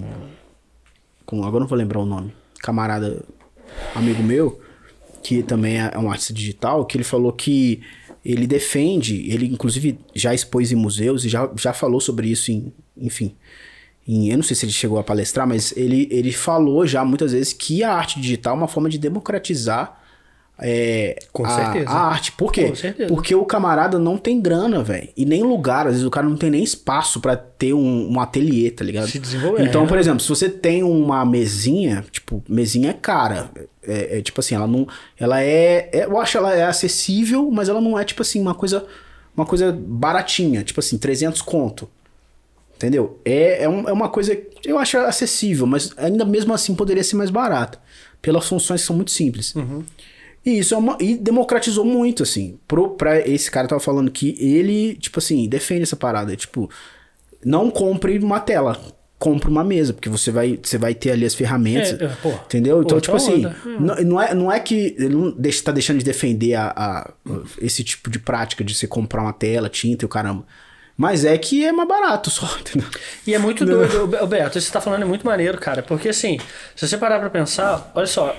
agora não vou lembrar o nome, camarada, amigo meu, que também é um artista digital, que ele falou que ele defende, ele inclusive já expôs em museus e já falou sobre isso eu não sei se ele chegou a palestrar, mas ele falou já muitas vezes que a arte digital é uma forma de democratizar com certeza. A arte. Por quê? Porque o camarada não tem grana, velho. E nem lugar. Às vezes o cara não tem nem espaço pra ter um ateliê, tá ligado? Se desenvolver. Então, por exemplo, se você tem uma mesinha, tipo, mesinha é cara. Tipo assim, ela não... eu acho ela é acessível, mas ela não é, tipo assim, uma coisa baratinha. Tipo assim, 300 conto. Entendeu? É uma coisa que eu acho acessível, mas ainda mesmo assim poderia ser mais barata. Pelas funções que são muito simples. Uhum. E isso e democratizou muito, assim. Pra esse cara tava falando que ele, tipo assim, defende essa parada. Tipo, não compre uma tela, compre uma mesa, porque você vai ter ali as ferramentas. Entendeu? Então, tipo assim, não é que ele não tá deixando de defender esse tipo de prática de você comprar uma tela, tinta e o caramba. Mas é que é mais barato só, entendeu? E é muito doido, Beto, isso que você tá falando é muito maneiro, cara. Porque assim, se você parar pra pensar, olha só,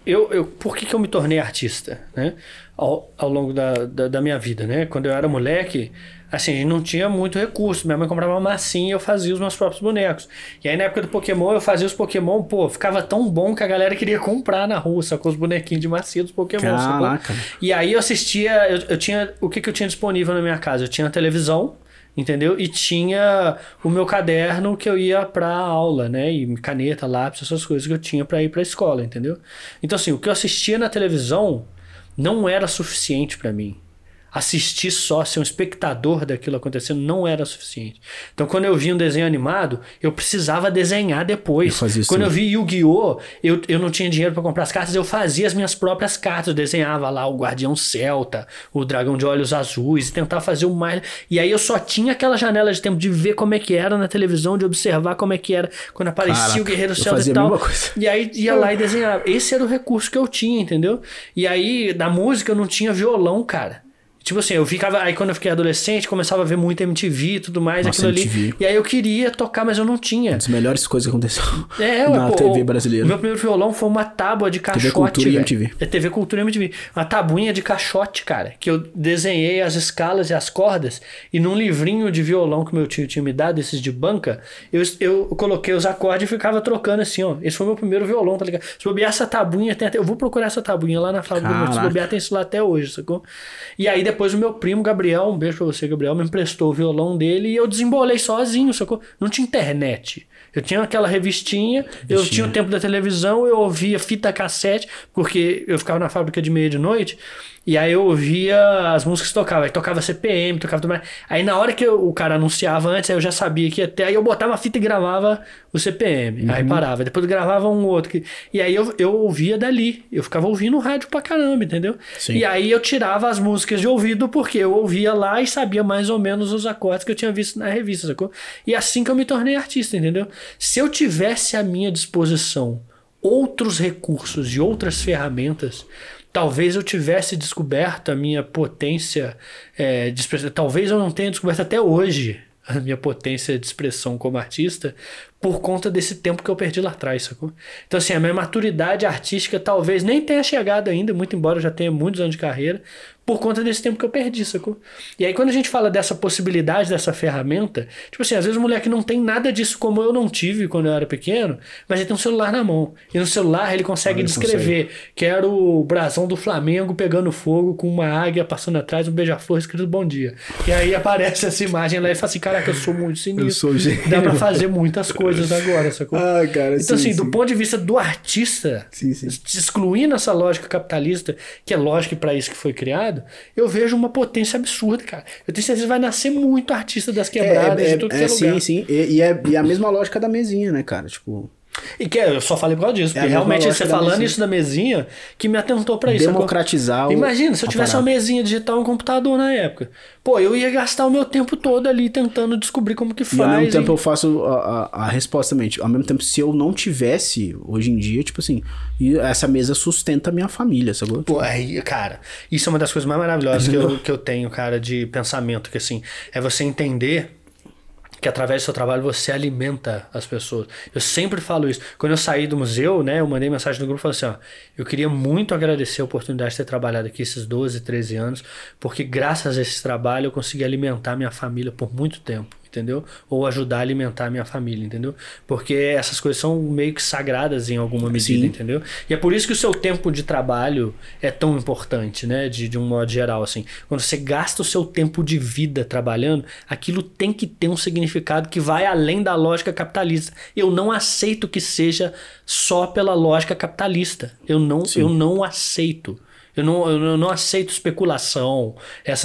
por que eu me tornei artista, né? Ao longo da minha vida, né? Quando eu era moleque, assim, a gente não tinha muito recurso. Minha mãe comprava uma massinha e eu fazia os meus próprios bonecos. E aí na época do Pokémon, eu fazia os Pokémon, pô, ficava tão bom que a galera queria comprar na rua, só com os bonequinhos de massinha dos Pokémon. Caraca. E aí eu assistia, eu tinha, o que eu tinha disponível na minha casa? Eu tinha televisão, entendeu? E tinha o meu caderno que eu ia pra aula, né? E caneta, lápis, essas coisas que eu tinha pra ir pra escola, entendeu? Então assim, o que eu assistia na televisão não era suficiente pra mim. Assistir só, ser um espectador daquilo acontecendo não era suficiente. Então, quando eu vi um desenho animado, eu precisava desenhar depois. Quando eu vi Yu-Gi-Oh!, eu não tinha dinheiro para comprar as cartas, eu fazia as minhas próprias cartas. Eu desenhava lá o Guardião Celta, o Dragão de Olhos Azuis, e tentava fazer o mais... E aí eu só tinha aquela janela de tempo de ver como é que era na televisão, de observar como é que era quando aparecia o Guerreiro Celta e tal. E aí ia lá e desenhava. Esse era o recurso que eu tinha, entendeu? E aí, na música, eu não tinha violão, cara. Tipo assim, eu ficava... Aí quando eu fiquei adolescente, começava a ver muito MTV e tudo mais, nossa, aquilo MTV. ali. E aí eu queria tocar, mas eu não tinha. Uma das melhores coisas que aconteceu na TV brasileira. O meu primeiro violão foi uma tábua de caixote, TV Cultura e MTV. É TV Cultura e MTV. Uma tabuinha de caixote, cara, que eu desenhei as escalas e as cordas, e num livrinho de violão que meu tio tinha me dado, esses de banca, eu coloquei os acordes e ficava trocando assim, ó. Esse foi o meu primeiro violão, tá ligado? Se bobear essa tabuinha, eu vou procurar essa tabuinha lá na fábrica do meu tio. Se bobear, tem isso lá até hoje, sacou? E aí depois o meu primo, Gabriel, um beijo pra você, Gabriel, me emprestou o violão dele e eu desembolei sozinho, sacou? Não tinha internet. Eu tinha aquela revistinha, eu tinha o tempo da televisão, eu ouvia fita cassete, porque eu ficava na fábrica de meia de noite, e aí eu ouvia as músicas que tocavam. Aí tocava CPM, tocava tudo mais. Aí na hora que o cara anunciava antes, aí eu já sabia que ia ter. Aí eu botava a fita e gravava o CPM. Aí parava. Depois gravava um outro. E aí eu ouvia dali. Eu ficava ouvindo rádio pra caramba, entendeu? Sim. E aí eu tirava as músicas de ouvido porque eu ouvia lá e sabia mais ou menos os acordes que eu tinha visto na revista, sacou? E assim que eu me tornei artista, entendeu? Se eu tivesse à minha disposição outros recursos e outras ferramentas, talvez eu tivesse descoberto a minha potência de expressão. Talvez eu não tenha descoberto até hoje a minha potência de expressão como artista por conta desse tempo que eu perdi lá atrás, sacou? Então assim, a minha maturidade artística talvez nem tenha chegado ainda, muito embora eu já tenha muitos anos de carreira, por conta desse tempo que eu perdi, sacou? E aí quando a gente fala dessa possibilidade, dessa ferramenta, tipo assim, às vezes o moleque não tem nada disso como eu não tive quando eu era pequeno, mas ele tem um celular na mão. E no celular ele consegue descrever. Quero o brasão do Flamengo pegando fogo com uma águia passando atrás, um beija-flor escrito bom dia. E aí aparece essa imagem lá e fala assim, caraca, eu sou muito sinistro. Eu sou gênio. Dá pra fazer muitas coisas agora, sacou? Ah, cara, então assim, do ponto de vista do artista, excluindo essa lógica capitalista, que é lógica para isso que foi criado, eu vejo uma potência absurda, cara. Eu tenho certeza que vai nascer muito artista das quebradas de tudo que é lugar. Sim. E a mesma lógica da mesinha, né, cara? Tipo... E que eu só falei por causa disso, porque realmente você falando isso da mesinha que me atentou pra isso. Democratizar Imagina, se eu tivesse uma mesinha digital e um computador na época. Pô, eu ia gastar o meu tempo todo ali tentando descobrir como que faz. E ao mesmo tempo eu faço a resposta também. Ao mesmo tempo, se eu não tivesse, hoje em dia, tipo assim, essa mesa sustenta a minha família, sabe? Pô, aí, cara, isso é uma das coisas mais maravilhosas que eu tenho, cara, de pensamento, que assim, é você entender que através do seu trabalho você alimenta as pessoas. Eu sempre falo isso. Quando eu saí do museu, né, eu mandei mensagem no grupo e falei assim, ó, eu queria muito agradecer a oportunidade de ter trabalhado aqui esses 12, 13 anos, porque graças a esse trabalho eu consegui alimentar minha família por muito tempo, entendeu? Ou ajudar a alimentar a minha família, entendeu? Porque essas coisas são meio que sagradas em alguma medida, entendeu? E é por isso que o seu tempo de trabalho é tão importante, né? De um modo geral, assim. Quando você gasta o seu tempo de vida trabalhando, aquilo tem que ter um significado que vai além da lógica capitalista. Eu não aceito que seja só pela lógica capitalista. Eu não aceito. Eu não aceito especulação,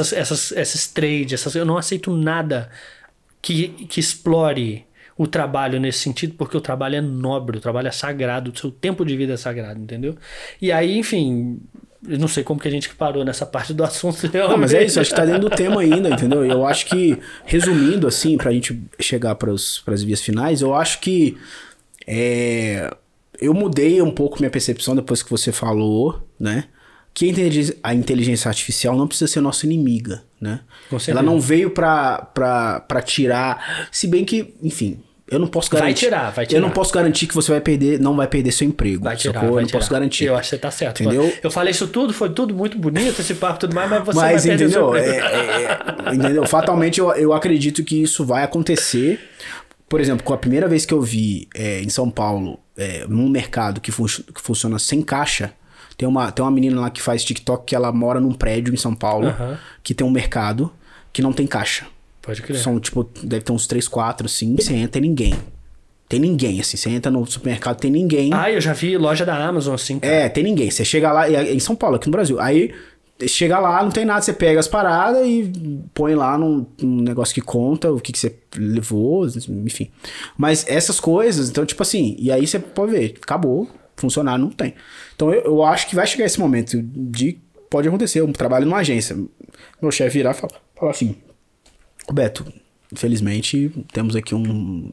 esses trades, eu não aceito nada que explore o trabalho nesse sentido, porque o trabalho é nobre, o trabalho é sagrado, o seu tempo de vida é sagrado, entendeu? E aí, enfim, eu não sei como que a gente parou nessa parte do assunto. Não, mas é isso, acho que tá dentro do tema ainda, entendeu? Eu acho que, resumindo assim, pra gente chegar pras vias finais, eu acho que eu mudei um pouco minha percepção depois que você falou, né? que a inteligência artificial não precisa ser nossa inimiga, né? Ela não veio pra tirar... Se bem que, enfim... Eu não posso garantir. Vai tirar. Eu não posso garantir que você não vai perder seu emprego. Vai tirar, eu não tirar. posso garantir. Eu acho que você tá certo. Entendeu? Eu falei isso tudo, foi tudo muito bonito, esse papo e tudo mais, mas você vai perder seu emprego. Entendeu? Fatalmente eu acredito que isso vai acontecer. Por exemplo, com a primeira vez que eu vi em São Paulo, num mercado que funciona sem caixa, tem uma menina lá que faz TikTok que ela mora num prédio em São Paulo, que tem um mercado que não tem caixa. Pode crer. São, tipo, deve ter uns 3, 4, assim, você entra, tem ninguém. Tem ninguém, assim, você entra no supermercado, tem ninguém. Eu já vi loja da Amazon, assim, cara. Tem ninguém, você chega lá, em São Paulo, aqui no Brasil, aí chega lá, não tem nada, você pega as paradas e põe lá num negócio que conta o que você levou, enfim. Mas essas coisas, então, tipo assim, e aí você pode ver, acabou, funcionar, não tem. Então eu acho que vai chegar esse momento pode acontecer, eu trabalho numa agência, meu chefe virar e falar assim, Beto, infelizmente temos aqui um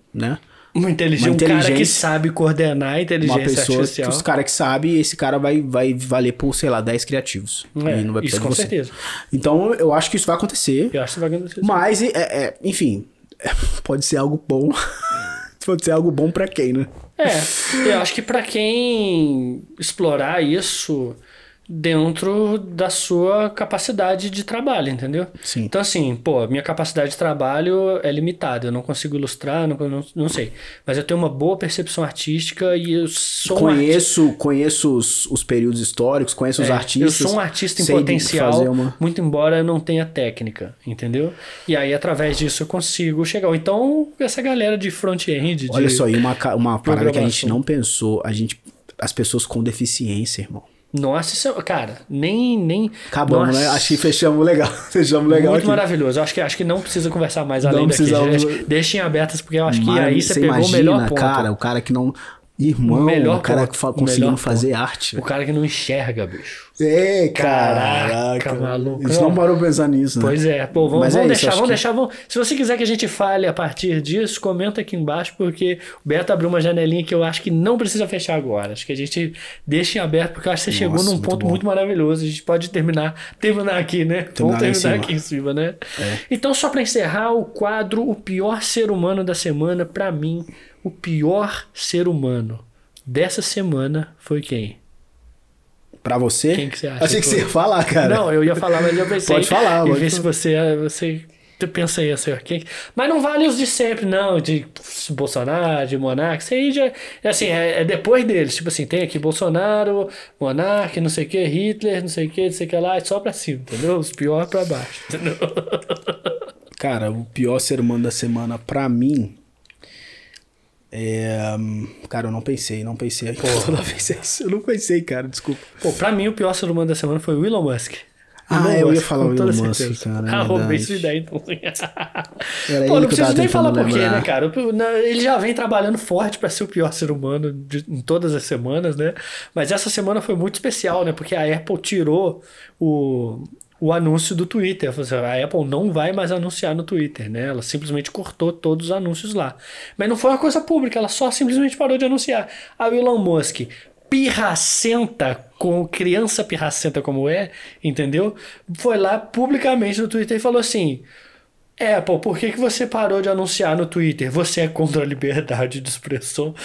cara que sabe coordenar a inteligência artificial. Uma pessoa, os caras que sabem, esse cara vai valer por, sei lá, 10 criativos. E não vai precisar isso de com você. certeza. Então, eu acho que isso vai acontecer. Eu acho que vai acontecer. Mas, enfim, pode ser algo bom. Pode ser algo bom pra quem, né? Eu acho que pra quem explorar isso dentro da sua capacidade de trabalho, entendeu? Sim. Então, assim, minha capacidade de trabalho é limitada. Eu não consigo ilustrar, não sei. Mas eu tenho uma boa percepção artística e eu sou Conheço os períodos históricos, conheço os artistas. Eu sou um artista em potencial, muito embora eu não tenha técnica, entendeu? E aí, através disso, eu consigo chegar. Então, essa galera de front-end... Olha só, e uma parada que a gente não pensou, as pessoas com deficiência, irmão. Nossa, isso, cara, nem... Acabamos, né? Acho que fechamos legal. Muito aqui. Maravilhoso. Acho que não precisa conversar mais além daqui. Deixem abertas, porque eu acho que aí você pegou imagina, o melhor ponto. Cara, o cara que não... Irmão, o cara que conseguindo fazer arte. O cara que não enxerga, bicho. Caraca, maluco. A gente não parou pensar nisso, né? Pois é. Vamos deixar. Se você quiser que a gente fale a partir disso, comenta aqui embaixo, porque o Beto abriu uma janelinha que eu acho que não precisa fechar agora. Acho que a gente deixa em aberto, porque eu acho que você chegou num ponto muito maravilhoso. A gente pode terminar aqui, né? Vamos terminar aqui em cima, né? Então, só pra encerrar o quadro, o pior ser humano da semana, pra mim... O pior ser humano dessa semana foi quem? Pra você? Quem que você acha? Achei que você ia falar, cara. Não, eu ia falar, mas eu pensei... Pode falar. E ver se você pensa aí, assim, quem... Mas não vale os de sempre, não. De Bolsonaro, de Monark. Isso aí já... Assim, é depois deles. Tipo assim, tem aqui Bolsonaro, Monark, não sei o que, Hitler, não sei o que lá. Só pra cima, entendeu? Os piores pra baixo, entendeu? Cara, o pior ser humano da semana pra mim... Cara, eu não pensei. Toda vez é isso. Eu não pensei, cara, desculpa. Pra mim, o pior ser humano da semana foi o Elon Musk. Eu ia falar o Elon Musk, cara. Roubei sua ideia, então. Não preciso nem falar por quê, né, cara? Ele já vem trabalhando forte pra ser o pior ser humano em todas as semanas, né? Mas essa semana foi muito especial, né? Porque a Apple tirou o anúncio do Twitter. A Apple não vai mais anunciar no Twitter, né? Ela simplesmente cortou todos os anúncios lá. Mas não foi uma coisa pública, ela só simplesmente parou de anunciar. A Elon Musk, pirracenta, com criança pirracenta como entendeu? Foi lá publicamente no Twitter e falou assim... Apple, por que você parou de anunciar no Twitter? Você é contra a liberdade de expressão?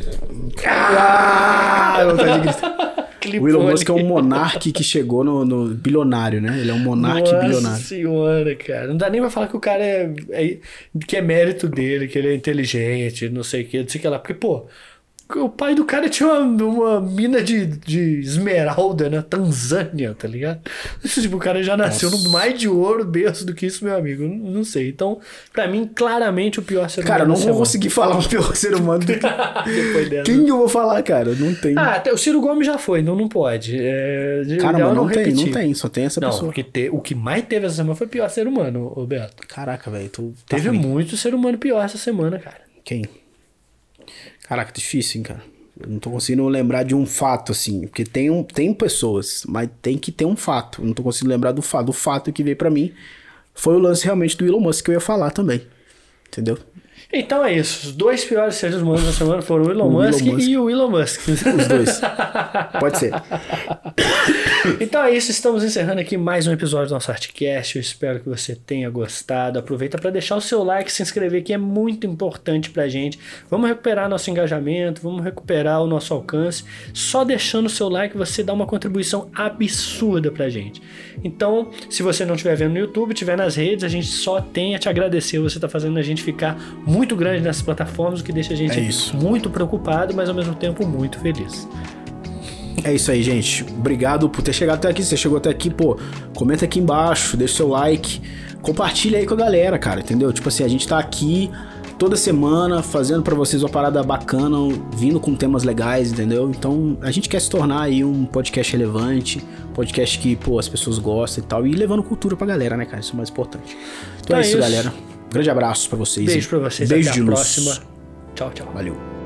O Elon Musk é um monarca que chegou no bilionário, né? Ele é um monarca bilionário. Nossa senhora, cara. Não dá nem pra falar que o cara que é mérito dele, que ele é inteligente, não sei o que lá. Porque, o pai do cara tinha uma mina de esmeralda na Tanzânia, tá ligado? Tipo, o cara já nasceu no mais de ouro berço do que isso, meu amigo. Não sei. Então, pra mim, claramente o pior ser humano. Cara, eu não vou conseguir falar o pior ser humano depois dessa. Quem eu vou falar, cara? Não tem. O Ciro Gomes já foi, então não pode. Cara, mas não tem. Só tem essa pessoa. Porque o que mais teve essa semana foi o pior ser humano, Roberto. Caraca, velho. Teve muito ser humano pior essa semana, cara. Quem? Caraca, difícil, hein, cara. Eu não tô conseguindo lembrar de um fato, assim. Porque tem pessoas, mas tem que ter um fato. Eu não tô conseguindo lembrar do fato. O fato que veio pra mim foi o lance realmente do Elon Musk, que eu ia falar também. Entendeu? Então é isso. Os dois piores seres humanos da semana foram o Elon Musk e o Elon Musk. Os dois. Pode ser. Então é isso, estamos encerrando aqui mais um episódio do nosso Artcast. Eu espero que você tenha gostado. Aproveita para deixar o seu like, se inscrever, que é muito importante pra gente. Vamos recuperar nosso engajamento, vamos recuperar o nosso alcance. Só deixando o seu like você dá uma contribuição absurda pra gente. Então, se você não estiver vendo no YouTube, estiver nas redes, a gente só tem a te agradecer. Você tá fazendo a gente ficar muito grande nessas plataformas, o que deixa a gente muito preocupado, mas ao mesmo tempo muito feliz. É isso aí, gente. Obrigado por ter chegado até aqui. Se você chegou até aqui, pô, comenta aqui embaixo, deixa o seu like, compartilha aí com a galera, cara, entendeu? Tipo assim, a gente tá aqui toda semana fazendo pra vocês uma parada bacana, vindo com temas legais, entendeu? Então, a gente quer se tornar aí um podcast relevante, podcast que, pô, as pessoas gostam e tal, e levando cultura pra galera, né, cara? Isso é o mais importante. Então é isso, galera. Grande abraço pra vocês. Beijo pra vocês. Beijo até de a luz. próxima. Tchau, tchau. Valeu.